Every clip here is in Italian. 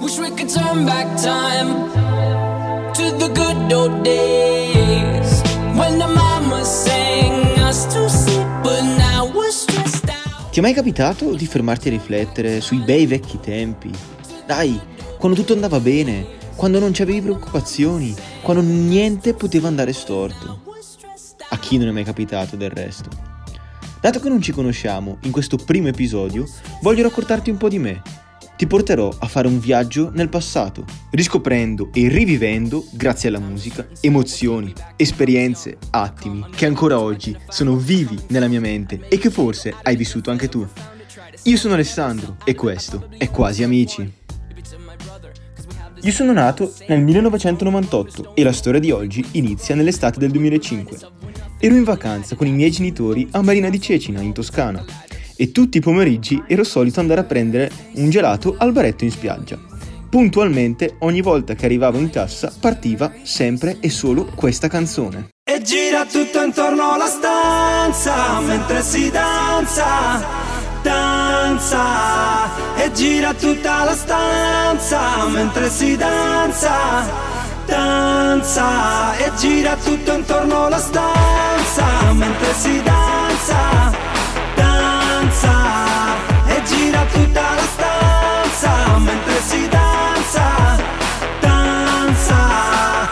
Wish we could turn back time to the good old days when the mama sang us to sleep, but now we're stressed out. Ti è mai capitato di fermarti a riflettere sui bei vecchi tempi? Dai, quando tutto andava bene, quando non c'avevi preoccupazioni, quando niente poteva andare storto. A chi non è mai capitato del resto? Dato che non ci conosciamo, in questo primo episodio voglio raccontarti un po' di me. Ti porterò a fare un viaggio nel passato, riscoprendo e rivivendo, grazie alla musica, emozioni, esperienze, attimi che ancora oggi sono vivi nella mia mente e che forse hai vissuto anche tu. Io sono Alessandro e questo è Quasi Amici. Io sono nato nel 1998 e la storia di oggi inizia nell'estate del 2005. Ero in vacanza con i miei genitori a Marina di Cecina, in Toscana, e tutti i pomeriggi ero solito andare a prendere un gelato al baretto in spiaggia. Puntualmente, ogni volta che arrivavo in cassa, partiva sempre e solo questa canzone. E gira tutto intorno alla stanza mentre si danza, danza. E gira tutta la stanza mentre si danza, danza. E gira tutto intorno alla stanza mentre si danza, danza. E gira tutta la stanza mentre si danza, danza.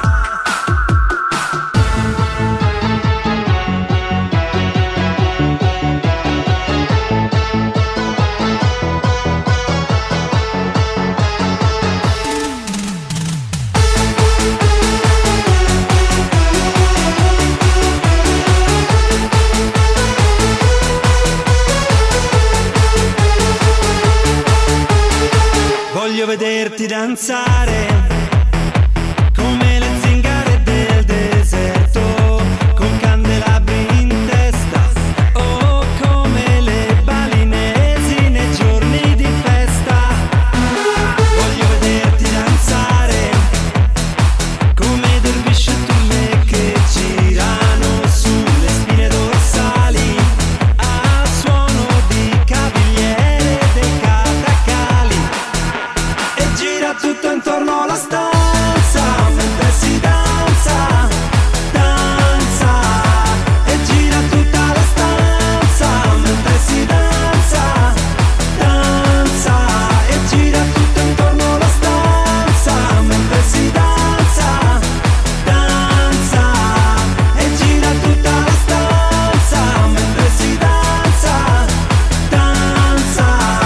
Voglio vederti danzare come le zingare del deserto, con candelabri in testa, o come le balinesi nei giorni di festa. Voglio vederti danzare come dervisci e turme che girano sulle spine dorsali al suono di cavigliere dei catacali. Gira tutto intorno alla stanza mentre si danza, danza. E gira tutta la stanza mentre si danza, danza. E gira tutto intorno alla stanza mentre si danza, danza. E gira tutta la stanza mentre si danza, danza.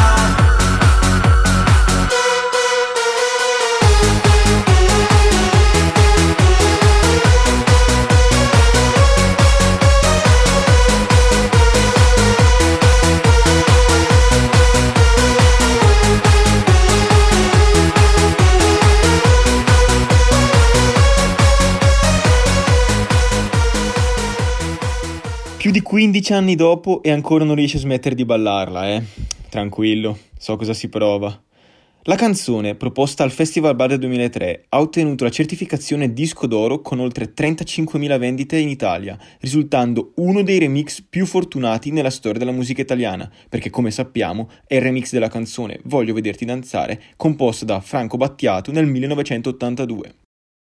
Più di 15 anni dopo e ancora non riesci a smettere di ballarla, Tranquillo, so cosa si prova. La canzone, proposta al Festival Bar del 2003, ha ottenuto la certificazione disco d'oro con oltre 35.000 vendite in Italia, risultando uno dei remix più fortunati nella storia della musica italiana, perché come sappiamo è il remix della canzone Voglio vederti danzare, composta da Franco Battiato nel 1982.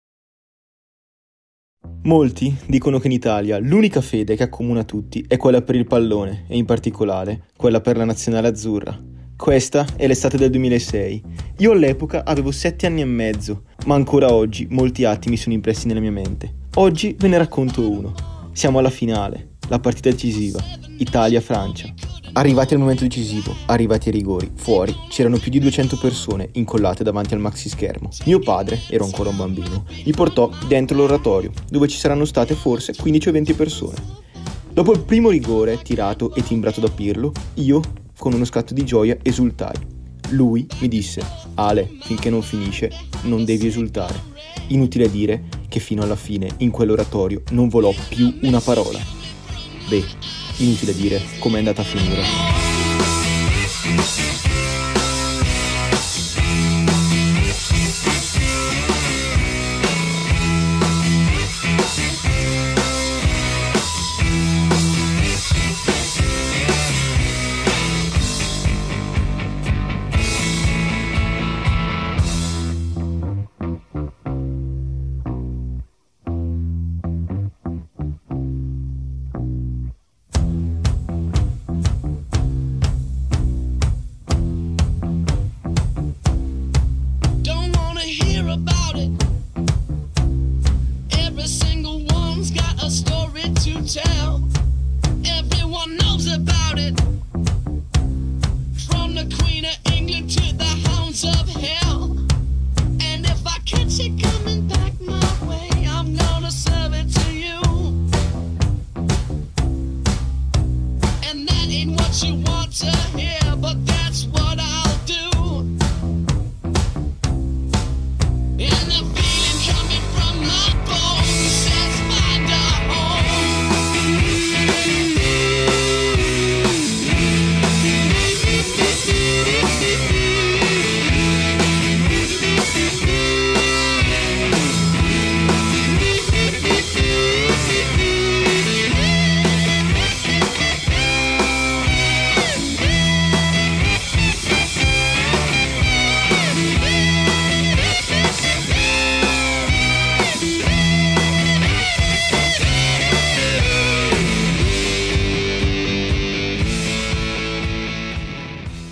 Molti dicono che in Italia l'unica fede che accomuna tutti è quella per il pallone e in particolare quella per la nazionale azzurra. Questa è l'estate del 2006. Io all'epoca avevo 7 anni e mezzo, ma ancora oggi molti atti mi sono impressi nella mia mente. Oggi ve ne racconto uno. Siamo alla finale, la partita decisiva, Italia-Francia. Arrivati al momento decisivo, arrivati ai rigori, fuori c'erano più di 200 persone incollate davanti al maxi schermo. Mio padre, ero ancora un bambino, li portò dentro l'oratorio, dove ci saranno state forse 15 o 20 persone. Dopo il primo rigore, tirato e timbrato da Pirlo, io, con uno scatto di gioia, esultai. Lui mi disse: Ale, finché non finisce, non devi esultare. Inutile dire che fino alla fine, in quell'oratorio, non volò più una parola. Beh, inutile dire com'è andata a finire.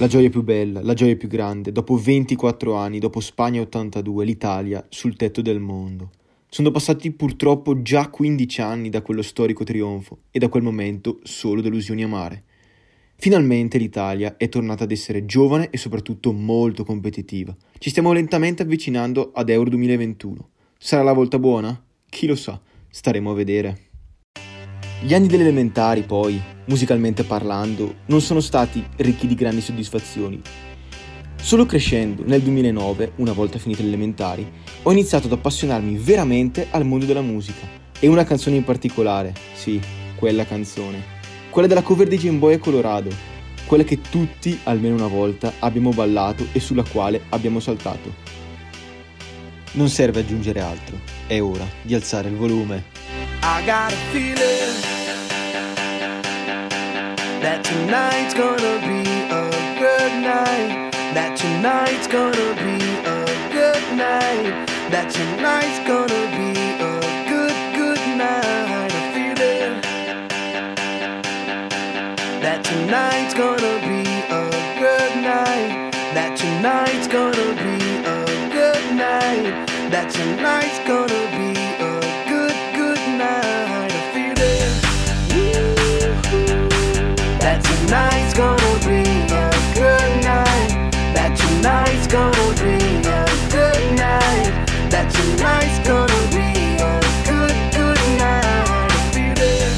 La gioia più bella, la gioia più grande, dopo 24 anni, dopo Spagna 82, l'Italia sul tetto del mondo. Sono passati purtroppo già 15 anni da quello storico trionfo e da quel momento solo delusioni amare. Finalmente l'Italia è tornata ad essere giovane e soprattutto molto competitiva. Ci stiamo lentamente avvicinando ad Euro 2021. Sarà la volta buona? Chi lo sa, staremo a vedere. Gli anni delle elementari, poi, musicalmente parlando, non sono stati ricchi di grandi soddisfazioni. Solo crescendo, nel 2009, una volta finite le elementari, ho iniziato ad appassionarmi veramente al mondo della musica. E una canzone in particolare, sì, quella canzone. Quella della cover di Game Boy e Colorado. Quella che tutti, almeno una volta, abbiamo ballato e sulla quale abbiamo saltato. Non serve aggiungere altro, è ora di alzare il volume. I got a feeling that tonight's gonna be a good night. That tonight's gonna be a good night. That tonight's gonna be a good night. A feeling that tonight's gonna be a good night. That tonight's gonna be a good night. That tonight's gonna be a good night. A feeling that tonight's gonna be a good night. That tonight's gonna be a good night. That tonight's gonna be a good night. A feeling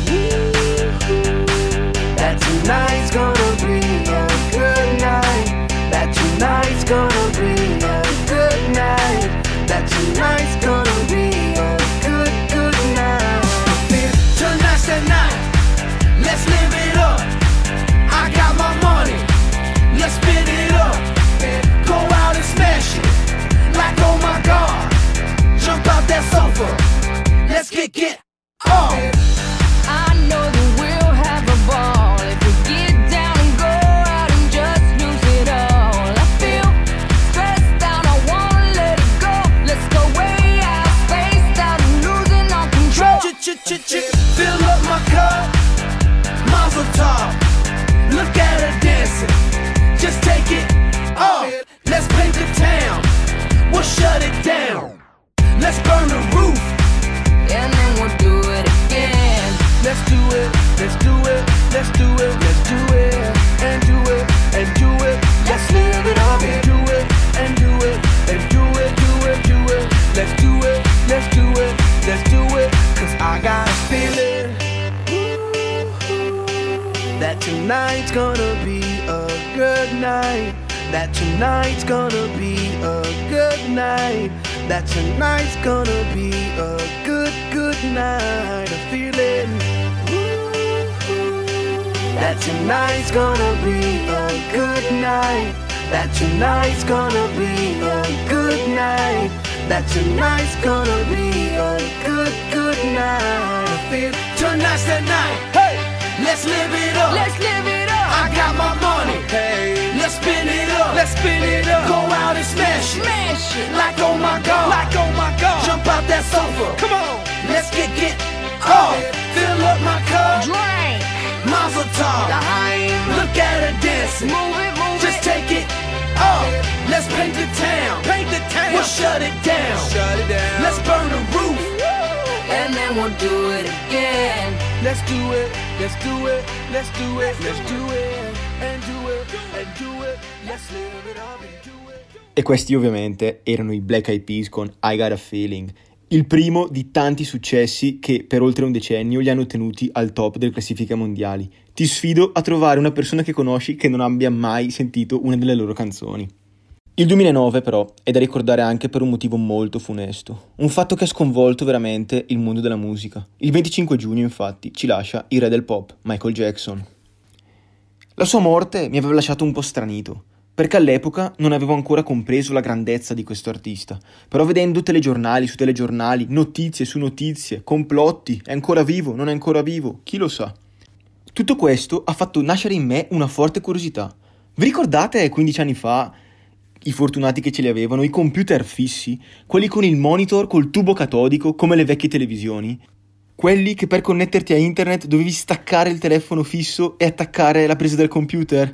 that tonight's gonna be a good night. That tonight's gonna be a good night. That tonight's gonna be a good night. Tonight's the night. Let's live it up. I got my money. Let's spin it up. Go out and smash it. Like oh my God. Jump out that sofa. Let's get up. I know that we'll have a ball if we get down and go out and just lose it all. I feel stressed out, I wanna let it go. Let's go way out, spaced out and losing all control. Fill up my cup. Mazel tov. Look at her dancing. Just take it off. Let's paint the town. We'll shut it down. Let's burn the roof. And then we'll do it again. Let's do it. Let's do it. Let's do it. Let's do it. And do it. And do it. Let's live it up. And do it. And do it. And do it. Do it. Do it. Let's do it. Let's do it. Let's do it. 'Cause I got a feeling that tonight's gonna be a good night. That tonight's gonna be a good night. That tonight's gonna be a good night. A feeling that tonight's gonna be a good night. That tonight's gonna be a good night. That tonight's gonna be a good night. I feel tonight's the night. Hey, let's live it up. Let's live it up. I got my money. Hey, let's spin it up. Let's spin it up. Go out and smash it. Smash it. Like oh my God. Like oh my God. Jump out that sofa. Come on. Let's get up. Fill up my cup. Drink. Mazel tov. Look at her dancing. Move it, move Just it. take it up. Let's paint the town. Paint the town. We'll shut it down. Shut it down. Let's burn the roof. And then we'll do it again. Let's do it. Let's do it. Let's do it. Let's do it. And do it. And do it. Let's live it up and do it. E questi ovviamente erano i Black Eyed Peas con I Got a Feeling, il primo di tanti successi che per oltre un decennio li hanno tenuti al top delle classifiche mondiali. Ti sfido a trovare una persona che conosci che non abbia mai sentito una delle loro canzoni. Il 2009 però è da ricordare anche per un motivo molto funesto, un fatto che ha sconvolto veramente il mondo della musica. Il 25 giugno infatti ci lascia il re del pop, Michael Jackson. La sua morte mi aveva lasciato un po' stranito, perché all'epoca non avevo ancora compreso la grandezza di questo artista, però vedendo telegiornali su telegiornali, notizie su notizie, complotti, è ancora vivo, non è ancora vivo, chi lo sa. Tutto questo ha fatto nascere in me una forte curiosità. Vi ricordate 15 anni fa i fortunati che ce li avevano, i computer fissi, quelli con il monitor col tubo catodico come le vecchie televisioni? Quelli che per connetterti a internet dovevi staccare il telefono fisso e attaccare la presa del computer?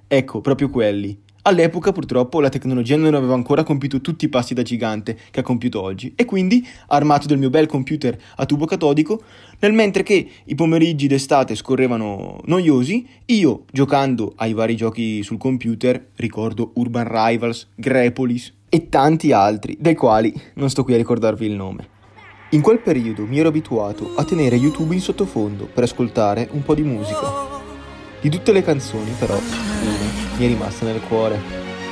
Ecco, proprio quelli. All'epoca purtroppo la tecnologia non aveva ancora compiuto tutti i passi da gigante che ha compiuto oggi e quindi, armato del mio bel computer a tubo catodico, nel mentre che i pomeriggi d'estate scorrevano noiosi, io, giocando ai vari giochi sul computer, ricordo Urban Rivals, Grepolis e tanti altri, dei quali non sto qui a ricordarvi il nome. In quel periodo mi ero abituato a tenere YouTube in sottofondo per ascoltare un po' di musica. Di tutte le canzoni, però, una mi è rimasta nel cuore.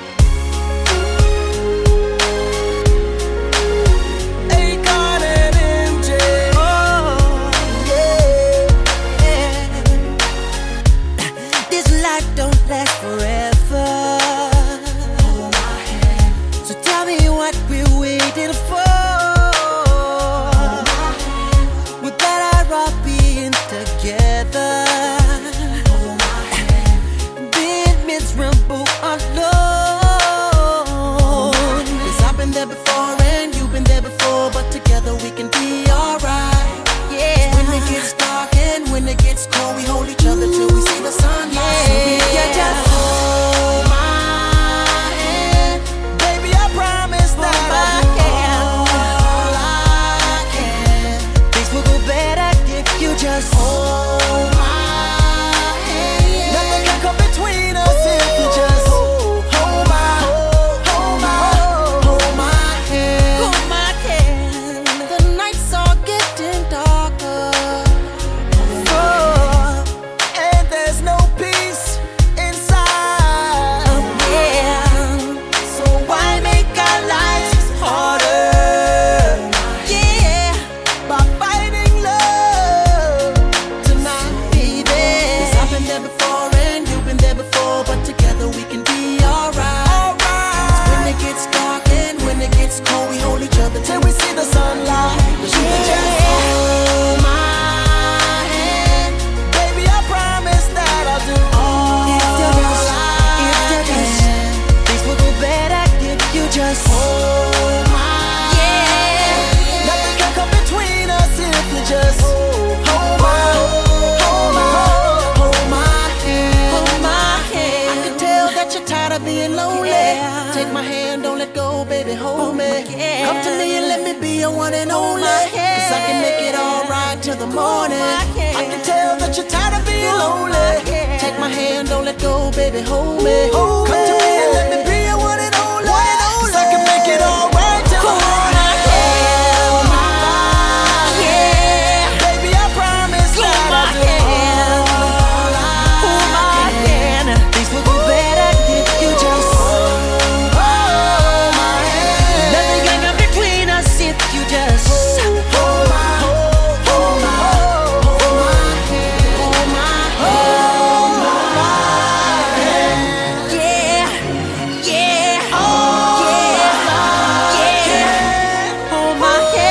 Akon and MJ. Oh, yeah. This life don't last forever. So tell me what we're waiting for. We better all being together. Miserable alone. 'Cause I've been there before and you've been there before, but together we can be alright. Yeah. When it gets dark and when it gets cold, we hold each other till we see the sunlight. Yeah. So we can just hold my hand, baby. I promise that I'll do all I can. Things will go better if you just hold my hand. Nothing can come between us. If you just hold my hand. The nights are getting darker, and there's no peace inside. Yeah. So why make our lives harder? Yeah, by fighting love tonight, baby. 'Cause I've been there before and you've been there before, but together we can be alright. When it gets dark and when it gets cold, we hold each other till we see the sunlight. 'Cause you can just hold my hand, baby. I promise that I'll do all I can. Things will go better if you just hold my hand. Nothing can come between us if you just hold my hand. I can tell that you're tired of being lonely. Take my hand, don't let go, baby, hold me. Come to me and let me be your one and only. 'Cause I can make it alright till the morning. I can tell that you're tired of being lonely. Take my hand, don't let go, baby, hold me. Come to me and let me be your one and only. 'Cause I can make it alright till the morning. Baby, I promise that I'll do all I can. Things will go better if you just hold my hand. Nothing can come between us if you just hold my hand. Yeah, yeah, hold my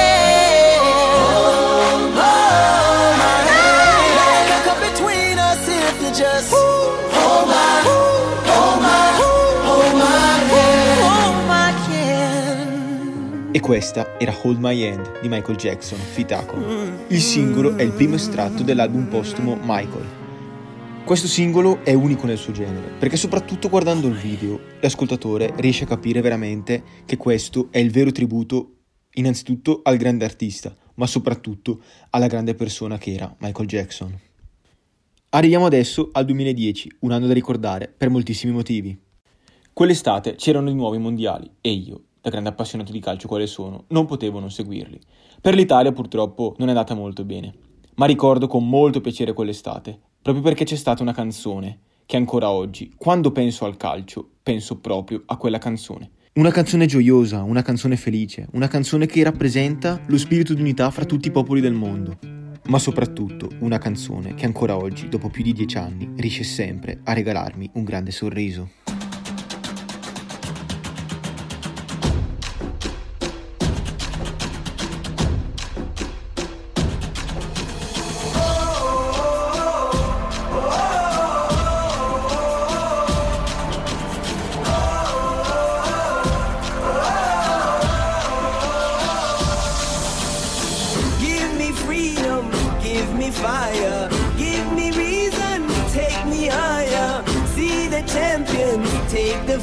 hand. Nothing can come between us if you just hold my hand. E questa era Hold My Hand di Michael Jackson, feat. Akon. Il singolo è il primo estratto dell'album postumo Michael. Questo singolo è unico nel suo genere, perché soprattutto guardando il video, l'ascoltatore riesce a capire veramente che questo è il vero tributo innanzitutto al grande artista, ma soprattutto alla grande persona che era Michael Jackson. Arriviamo adesso al 2010, un anno da ricordare per moltissimi motivi. Quell'estate c'erano di nuovo i mondiali e io, da grande appassionato di calcio quale sono, non potevo non seguirli. Per l'Italia purtroppo non è andata molto bene, ma ricordo con molto piacere quell'estate, proprio perché c'è stata una canzone che ancora oggi, quando penso al calcio, penso proprio a quella canzone. Una canzone gioiosa, una canzone felice, una canzone che rappresenta lo spirito di unità fra tutti i popoli del mondo. Ma soprattutto una canzone che ancora oggi, dopo più di 10 anni, riesce sempre a regalarmi un grande sorriso. Fire, give me reason, take me higher. See the chance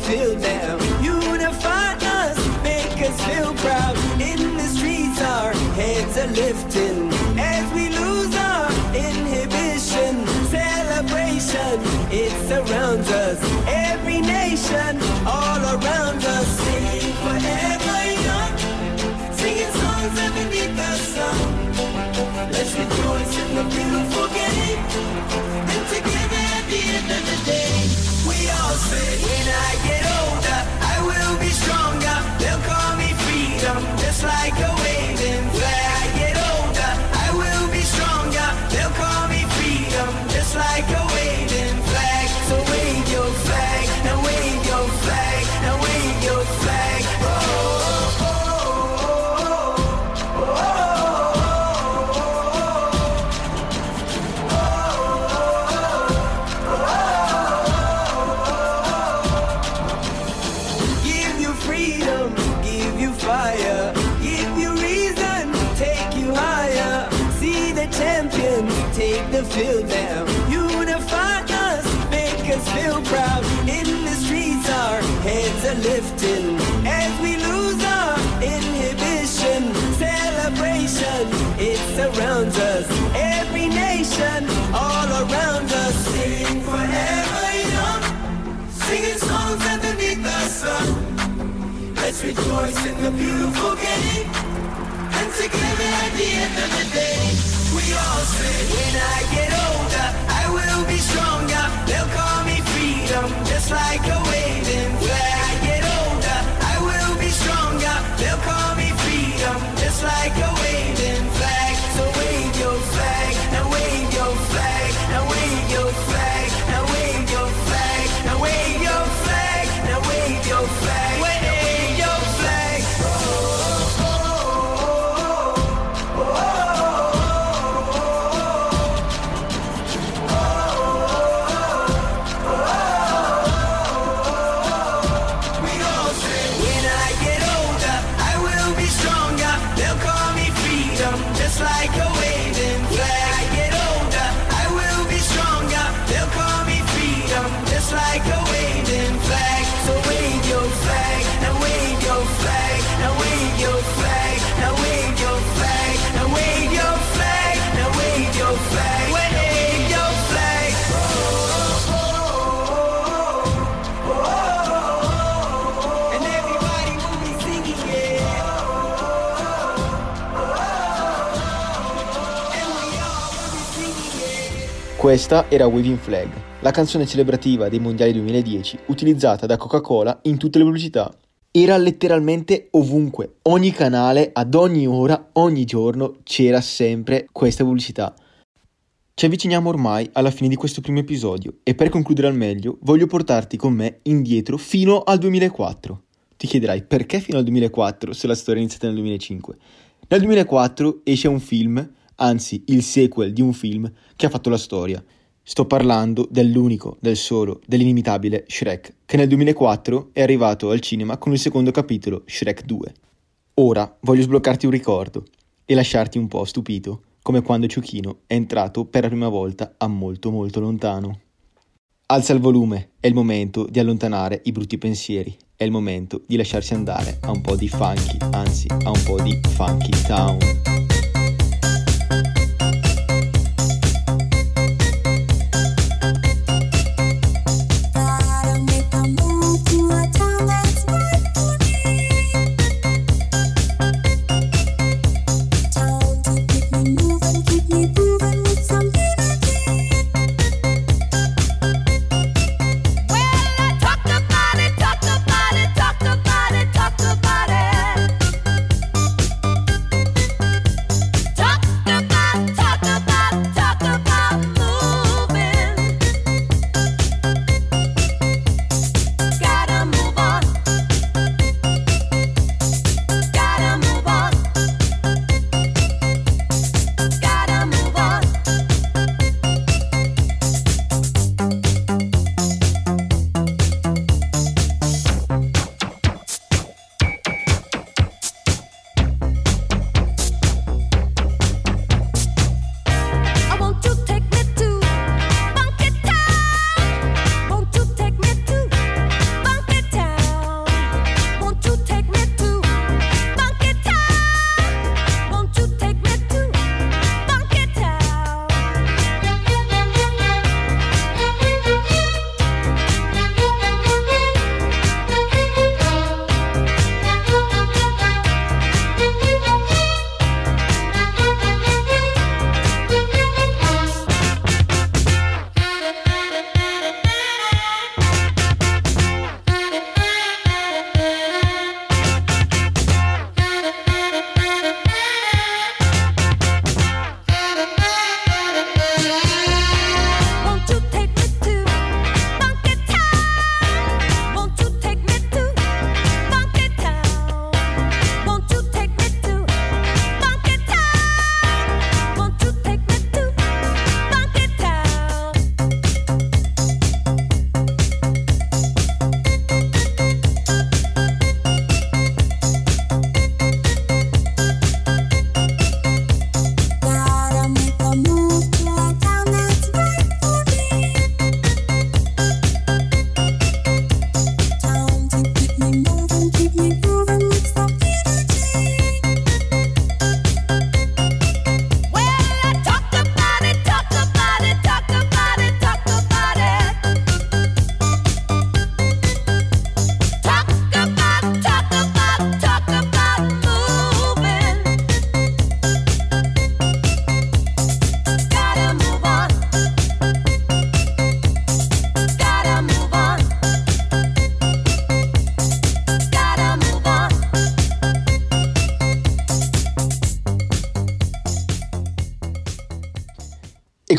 field now. Unify us, make us feel proud. In the streets our heads are lifting as we lose our inhibition. Celebration, it surrounds us. Every nation, all around us. Sing forever young, singing songs underneath the sun. Let's rejoice in the beautiful game, and together at the end of the day, we all say, when I get older, I will be stronger. They'll call me freedom, just like a waving flag. I get older, I will be stronger. They'll call me freedom, just like a waving flag. So wave your flag, now wave your flag, now wave your flag. Oh, oh, oh, oh, oh, oh. Fire, give you reason, take you higher. See the champions take the field now. Unify us, make us feel proud. In the streets our heads are lifting as we lose our inhibition. Celebration, it surrounds us. Every nation, all around us. Sing forever young, singing songs underneath the sun. Let's rejoice in the beautiful game, and together at the end of the day, we all say, when I get older, I will be stronger. They'll call me freedom, just like a waving flag. I get older, I will be stronger. They'll call me freedom, just like a waving flag. So wave your flag, now wave your flag, now wave your flag, now wave your flag, now wave your flag, now wave your flag. Just like a waving flag. I get older, I will be stronger. They'll call me freedom, just like a waving flag. So wave your flag, now wave your flag, now wave your flag, now wave your flag, now wave your flag, now wave your flag, wave your flag. Oh, oh, oh, oh, oh. And everybody will be singing, yeah. Questa era Waving Flag, la canzone celebrativa dei mondiali 2010 utilizzata da Coca-Cola in tutte le pubblicità. Era letteralmente ovunque, ogni canale, ad ogni ora, ogni giorno c'era sempre questa pubblicità. Ci avviciniamo ormai alla fine di questo primo episodio e per concludere al meglio voglio portarti con me indietro fino al 2004. Ti chiederai perché fino al 2004 se la storia è iniziata nel 2005? Nel 2004 esce un film, anzi il sequel di un film che ha fatto la storia. Sto parlando dell'unico, del solo, dell'inimitabile Shrek, che nel 2004 è arrivato al cinema con il secondo capitolo, Shrek 2. Ora voglio sbloccarti un ricordo e lasciarti un po' stupito, come quando Ciuchino è entrato per la prima volta a molto molto lontano. Alza il volume, è il momento di allontanare i brutti pensieri, è il momento di lasciarsi andare a un po' di funky, anzi a un po' di funky town.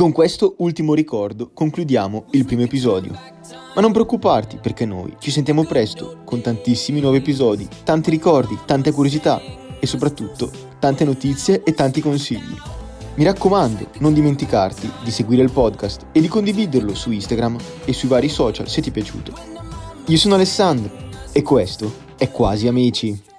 con questo ultimo ricordo concludiamo il primo episodio. Ma non preoccuparti, perché noi ci sentiamo presto con tantissimi nuovi episodi, tanti ricordi, tante curiosità e soprattutto tante notizie e tanti consigli. Mi raccomando, non dimenticarti di seguire il podcast e di condividerlo su Instagram e sui vari social se ti è piaciuto. Io sono Alessandro e questo è Quasi Amici.